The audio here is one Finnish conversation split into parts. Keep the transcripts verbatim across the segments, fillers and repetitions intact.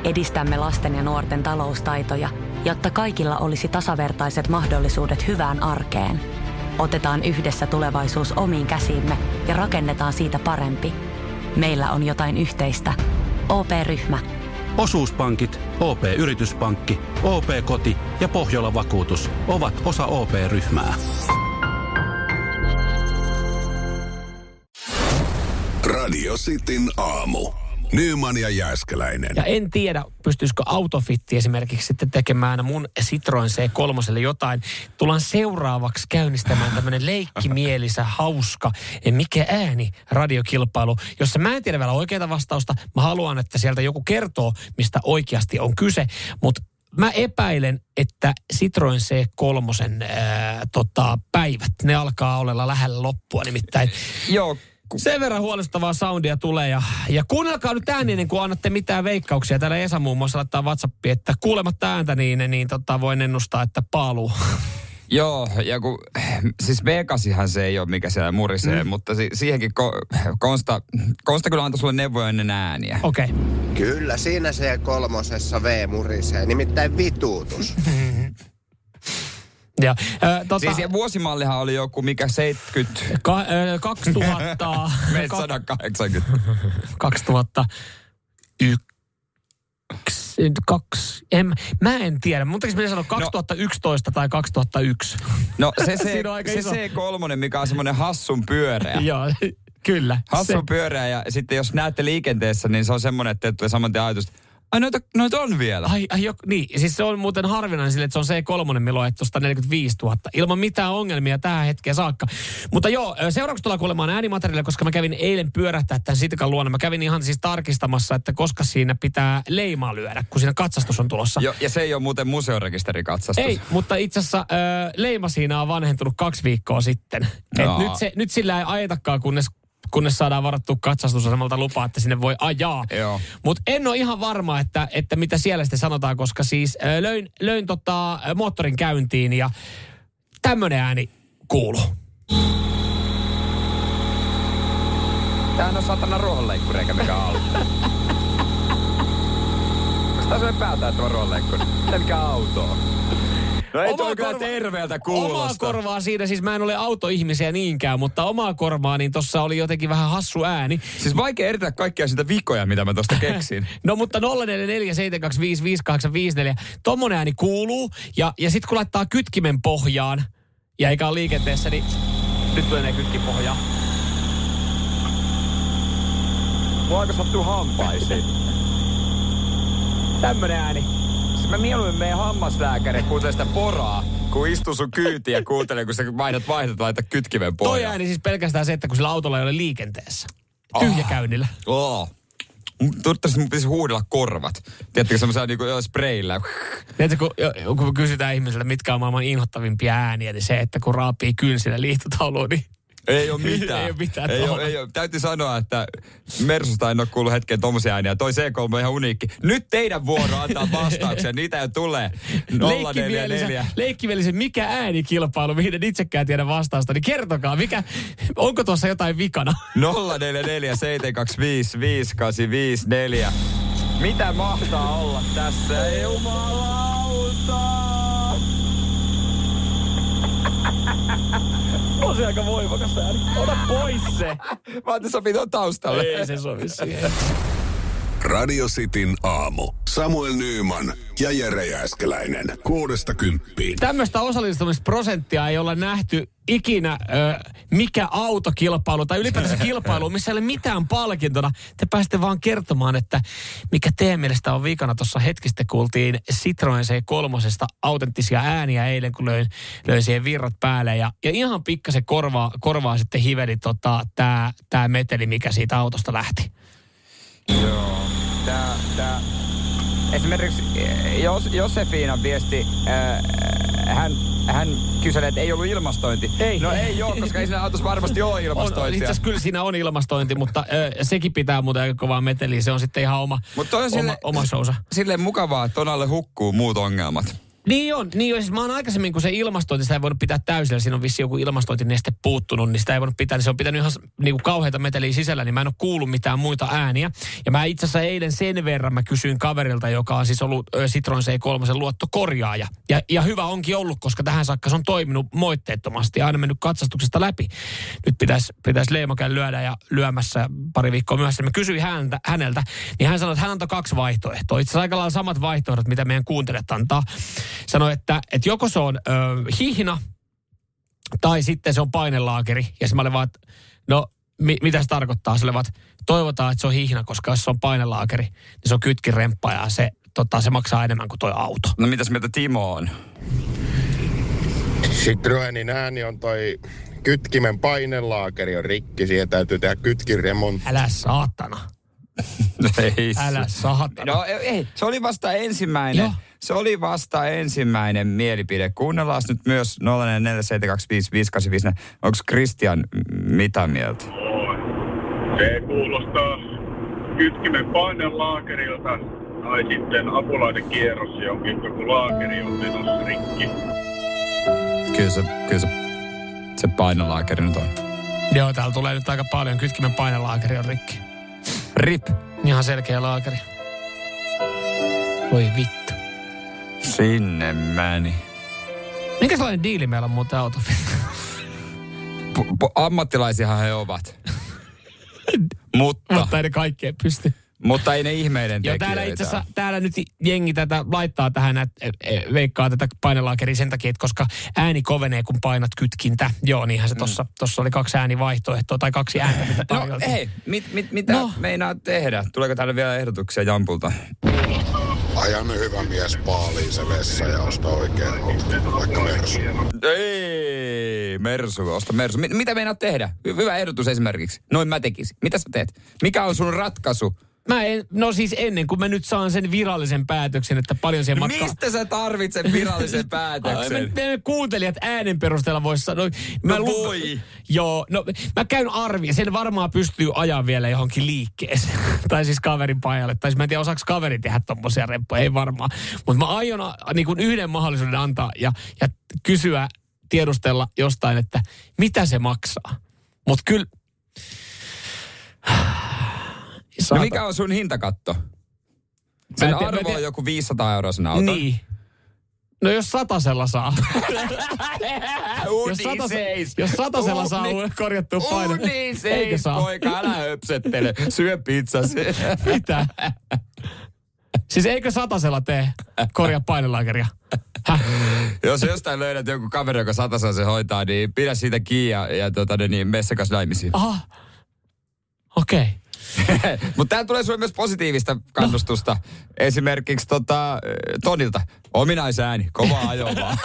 edistämme lasten ja nuorten taloustaitoja, jotta kaikilla olisi tasavertaiset mahdollisuudet hyvään arkeen. Otetaan yhdessä tulevaisuus omiin käsiimme ja rakennetaan siitä parempi. Meillä on jotain yhteistä. O P-ryhmä. Osuuspankit, O P-yrityspankki, O P-koti ja Pohjola-vakuutus ovat osa O P-ryhmää. Radio Cityn aamu. Nyman ja Jääskeläinen. Ja en tiedä, pystyisikö Autofitti esimerkiksi sitten tekemään mun Citroen C kolme jotain. Tullaan seuraavaksi käynnistämään tämmöinen leikkimielisä, hauska, mikä ääni radiokilpailu, jossa mä en tiedä vielä oikeaa vastausta. Mä haluan, että sieltä joku kertoo, mistä oikeasti on kyse, mutta mä epäilen, että Citroen C kolme ää, tota, päivät, ne alkaa olla lähellä loppua nimittäin. Joo. Sen verran huolestuttavaa soundia tulee ja, ja kuunnelkaa nyt ääni ennen kuin annatte mitään veikkauksia. Täällä Esa muun muassa laittaa WhatsAppiin, että kuulematta ääntä niin, niin tota, voin ennustaa, että paaluu. Joo, ja kun, siis V kahdeksan se ei ole mikä siellä murisee, mm. mutta si- siihenkin ko, Konsta, Konsta kyllä antoi sulle neuvoja ennen ääniä. Okei. Okay. Kyllä siinä C kolmosessa V murisee, nimittäin vituutus. Ja, äh, tota, siis vuosimallihan oli joku mikä seitsemänkymmentä... Ka, äh, kaksituhatta... sata kahdeksankymmentä. kaksituhattayksi... Kaksi, en, mä en tiedä. Mun tekisi sanoa kaksituhattayksitoista no, tai kaksituhattayksi. No se, se, se C kolme, mikä on semmoinen hassun pyöreä. Joo, kyllä. Hassun se. pyöreä ja sitten jos näette liikenteessä, niin se on semmoinen, että tulee saman tien ajatus, ai noita, noita on vielä. Ai, ai jo, niin, siis se on muuten harvinainen sille, että se on C kolme, milloin että sata neljäkymmentäviisituhatta. Ilman mitään ongelmia tähän hetkeen saakka. Mutta joo, seuraavaksi tullaan kuulemaan äänimateriaalia, koska mä kävin eilen pyörähtää tämän Sitkan luona. Mä kävin ihan siis tarkistamassa, että koska siinä pitää leimaa lyödä, kun siinä katsastus on tulossa. Joo, ja se ei ole muuten museorekisterikatsastus. Ei, mutta itse asiassa äh, leima siinä on vanhentunut kaksi viikkoa sitten. Et nyt, se, nyt sillä ei ajetakaan, kunnes kunnes saadaan varattua katsastusasemalta lupaa, että sinne voi ajaa. Mutta en ole ihan varma, että, että mitä siellä sitten sanotaan, koska siis äh, löin, löin tota, moottorin käyntiin ja tämmönen ääni kuuluu. Tämähän on satana ruohonleikkuri, eikä mikä auto. Onko tää sellainen päätäyttävä ruohonleikkuri? Mitä mikä auto on? No ei toi kyllä terveeltä kuulosta. Omaa korvaa siinä, siis mä en ole autoihmisiä niinkään, mutta omaa korvaa, niin tossa oli jotenkin vähän hassu ääni. Siis vaikea eritellä kaikkia sitä vikoja, mitä mä tosta keksin. No mutta nolla neljä neljä seitsemän kaksi viisi viisi kahdeksan viisi neljä, tommonen ääni kuuluu, ja, ja sit kun laittaa kytkimen pohjaan, ja eikä ole liikenteessä, niin nyt tulee kytkin pohjaan. Mua aika sattuu hampaisiin. Tämmönen ääni. Mä mieluummin menen hammaslääkäriin kuuntele sitä poraa, kun istuu sun kyytiin ja kuuntele, kun sä vaihdat vaihdat, laitat kytkimen pohjaan. Toi ääni siis pelkästään se, että kun sillä autolla ei ole liikenteessä. Tyhjäkäynnillä. Oh. Toivottavasti mun pitäisi huudella korvat. Tiedättekö semmoisella niinku spreillä? Tiedätkö, kun, kun kysytään ihmiselle, mitkä on maailman inhottavimpia ääniä, niin se, että kun raapii kynsillä liihtotauluun, niin ei ole mitään. ei ole mitään. Ei ole, ei ole. Täytyy sanoa, että Mersusta en ole kuullut hetken tommosia ääniä. Toi C kolme on ihan uniikki. Nyt teidän vuoro antaa vastauksia. Niitä jo tulee. nolla neljä neljä Leikkimielisen mikä äänikilpailu, mihin en itsekään tiedä vastausta. Niin kertokaa, mikä, onko tuossa jotain vikana? nolla neljä neljä seitsemän kaksi viisi viisi kahdeksan viisi neljä Mitä mahtaa olla tässä? Jumalauta! On se aika voimakas ääni. Ota pois se. Mä ajattelin, sopii tuon taustalle. Ei se sovi siihen. Radio Cityn aamu. Samuel Nyman ja Jere Jääskeläinen. Kuudesta kymppiin. Tämmöistä osallistumisprosenttia ei olla nähty ikinä ö, mikä autokilpailu tai ylipäätänsä kilpailu, missä ei ole mitään palkintona. Te pääsitte vaan kertomaan, että mikä teidän mielestä on vikana. Tuossa hetkistä kuultiin Citroen C kolme autenttisia ääniä eilen, kun löin, löin siihen virrat päälle. Ja, ja ihan pikkasen korvaa, korvaa sitten hiveli tota, tämä tää meteli, mikä siitä autosta lähti. Joo. Tää, tää. Esimerkiksi Jos, Josefina viesti, äh, hän, hän kyseli, että ei ollut ilmastointi. Ei. No ei ole, koska ei siinä autossa varmasti ole ilmastointia. Itse asiassa kyllä siinä on ilmastointi, mutta äh, sekin pitää muuten aika kovaa meteliä. Se on sitten ihan oma, Mut toi on oma, sille, oma showsa. Silleen mukavaa, että ton alle hukkuu muut ongelmat. Niin on, niin on. Siis mä oon aikaisemmin, kun se ilmastointi, sitä ei voinut pitää täysillä, siinä on vissi joku ilmastointineste puuttunut, niin sitä ei voinut pitää, niin se on pitänyt ihan niin kuin kauheita meteliä sisällä, niin mä en ole kuullut mitään muita ääniä. Ja mä itse asiassa eilen sen verran mä kysyin kaverilta, joka on siis ollut Citroen C kolme luottokorjaaja. Ja, ja hyvä onkin ollut, koska tähän saakka se on toiminut moitteettomasti ja aina mennyt katsastuksesta läpi. Nyt pitäisi pitäis Leemo käydä lyödä ja lyömässä pari viikkoa myöhässä. Mä kysyin häneltä, häneltä, niin hän sanoi, että hän antoi kaksi vaihtoehtoa. Itse asiassa aika lailla samat vaihtoehdot, mitä meidän kuuntelijat antaa. Sanoi, että, että joko se on ö, hihna tai sitten se on painelaakeri. Ja sitten mä olin vaan, että no mi, mitä se tarkoittaa? Se oli vaan, että toivotaan, että se on hihna, koska jos se on painelaakeri, niin se on kytkiremppa ja se, tota, se maksaa enemmän kuin toi auto. No mitäs mieltä Timo on? Citroenin ääni on toi kytkimen painelaakeri on rikki. Siihen täytyy tehdä kytkiremontti. Älä saatana. Ei, Älä saatana. No ei, se oli vasta ensimmäinen. Joo. Se oli vasta ensimmäinen mielipide. Kuunnellaan nyt myös nolla neljä seitsemän kaksi viisi viisi kahdeksan viisi. Onko Christian mitä mieltä? Se kuulostaa kytkimen painelaakerilta tai sitten apulaidekierros jonkin, kun laakeri on menossa rikki. Kyllä se, kyllä se, se painelaakeri nyt on. Joo, täällä tulee nyt aika paljon. Kytkimen painelaakeri on rikki. Rip. Ihan selkeä laakeri. Voi vittu. Sinne meni. Mikä sellainen diili meillä on muuten Autofit? P- ammattilaisiahan he ovat. Mutta. Mutta ei ne kaikkeen pysty. Mutta ei ne ihmeiden tekijöitä. Joo, täällä itse asiassa, täällä nyt jengi tätä laittaa tähän, että veikkaa tätä painelaakeria sen takia, että koska ääni kovenee, kun painat kytkintä. Joo, niinhän se tossa, mm. tossa oli kaksi äänivaihtoehtoa tai kaksi ääntä, mitä No hei, mit, mit, mitä no. meinaa tehdä? Tuleeko täällä vielä ehdotuksia Jampulta? Ajan hyvä mies paaliin se vessa ja osta oikein vaikka Mersu. Ei, Mersu, osta Mersu. M- mitä meinaat tehdä? Hyvä ehdotus esimerkiksi. Noin mä tekisin. Mitä sä teet? Mikä on sun ratkaisu? Mä en, no siis ennen kuin mä nyt saan sen virallisen päätöksen, että paljon siihen matkaan... Mistä sä tarvitset virallisen päätöksen? Me, me kuuntelijat äänen perusteella vois sanoa... No lu- voi! Joo, no mä käyn arvia. Sen varmaan pystyy ajaa vielä johonkin liikkeeseen. Tai siis kaverin pajalle. Tai siis mä en tiedä, osaako kaveri tehdä tommosia reppoja. Ei varmaan. Mutta mä aion niin kuin yhden mahdollisuuden antaa ja, ja kysyä, tiedustella jostain, että mitä se maksaa. Mutta kyllä... No mikä on sun hintakatto? Sen te, arvo te... on joku viisisataa euroa sen auton. Niin. No jos satasella saa. Uni seis. Jos satasella saa korjattua paino. Uni seis, poika, älä höpsettele. Syö pizzasi. Mitä? Siis eikö satasella tee korjaa painelaakeria? Häh? Jos jostain löydät joku kaveri, joka satasella se hoitaa, niin pidä siitä kiinni ja, ja tuota, niin mene sekas naimisiin. Aha. Okei. Okay. Mutta täällä tulee sulle myös positiivista kannustusta. No. Esimerkiksi tota, Tonilta. Ominaisääni, kova ajo vaan.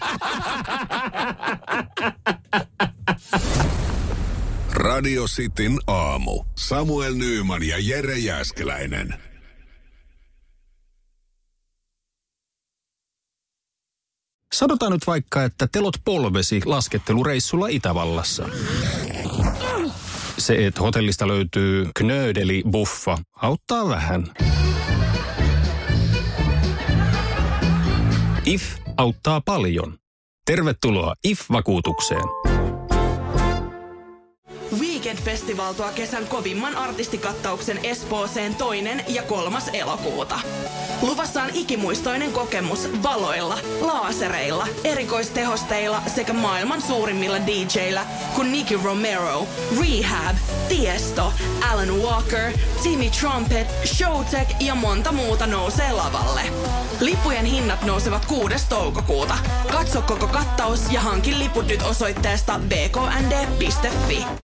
Radio Cityn aamu. Samuel Nyyman ja Jere Jääskeläinen. Sanotaan nyt vaikka, että telot polvesi laskettelureissulla Itävallassa. Se, että hotellista löytyy knöydeli-buffa, auttaa vähän. I F auttaa paljon. Tervetuloa I F-vakuutukseen. Weekend-festival tuo kesän kovimman artistikattauksen Espooseen toinen ja kolmas elokuuta. Luvassa on ikimuistoinen kokemus valoilla, laasereilla, erikoistehosteilla sekä maailman suurimmilla D J:illä kuin Nicky Romero, Rehab, Tiesto, Alan Walker, Timmy Trumpet, Showtek ja monta muuta nousee lavalle. Lippujen hinnat nousevat kuudes toukokuuta. Katso koko kattaus ja hankin liput nyt osoitteesta b k n d piste f i.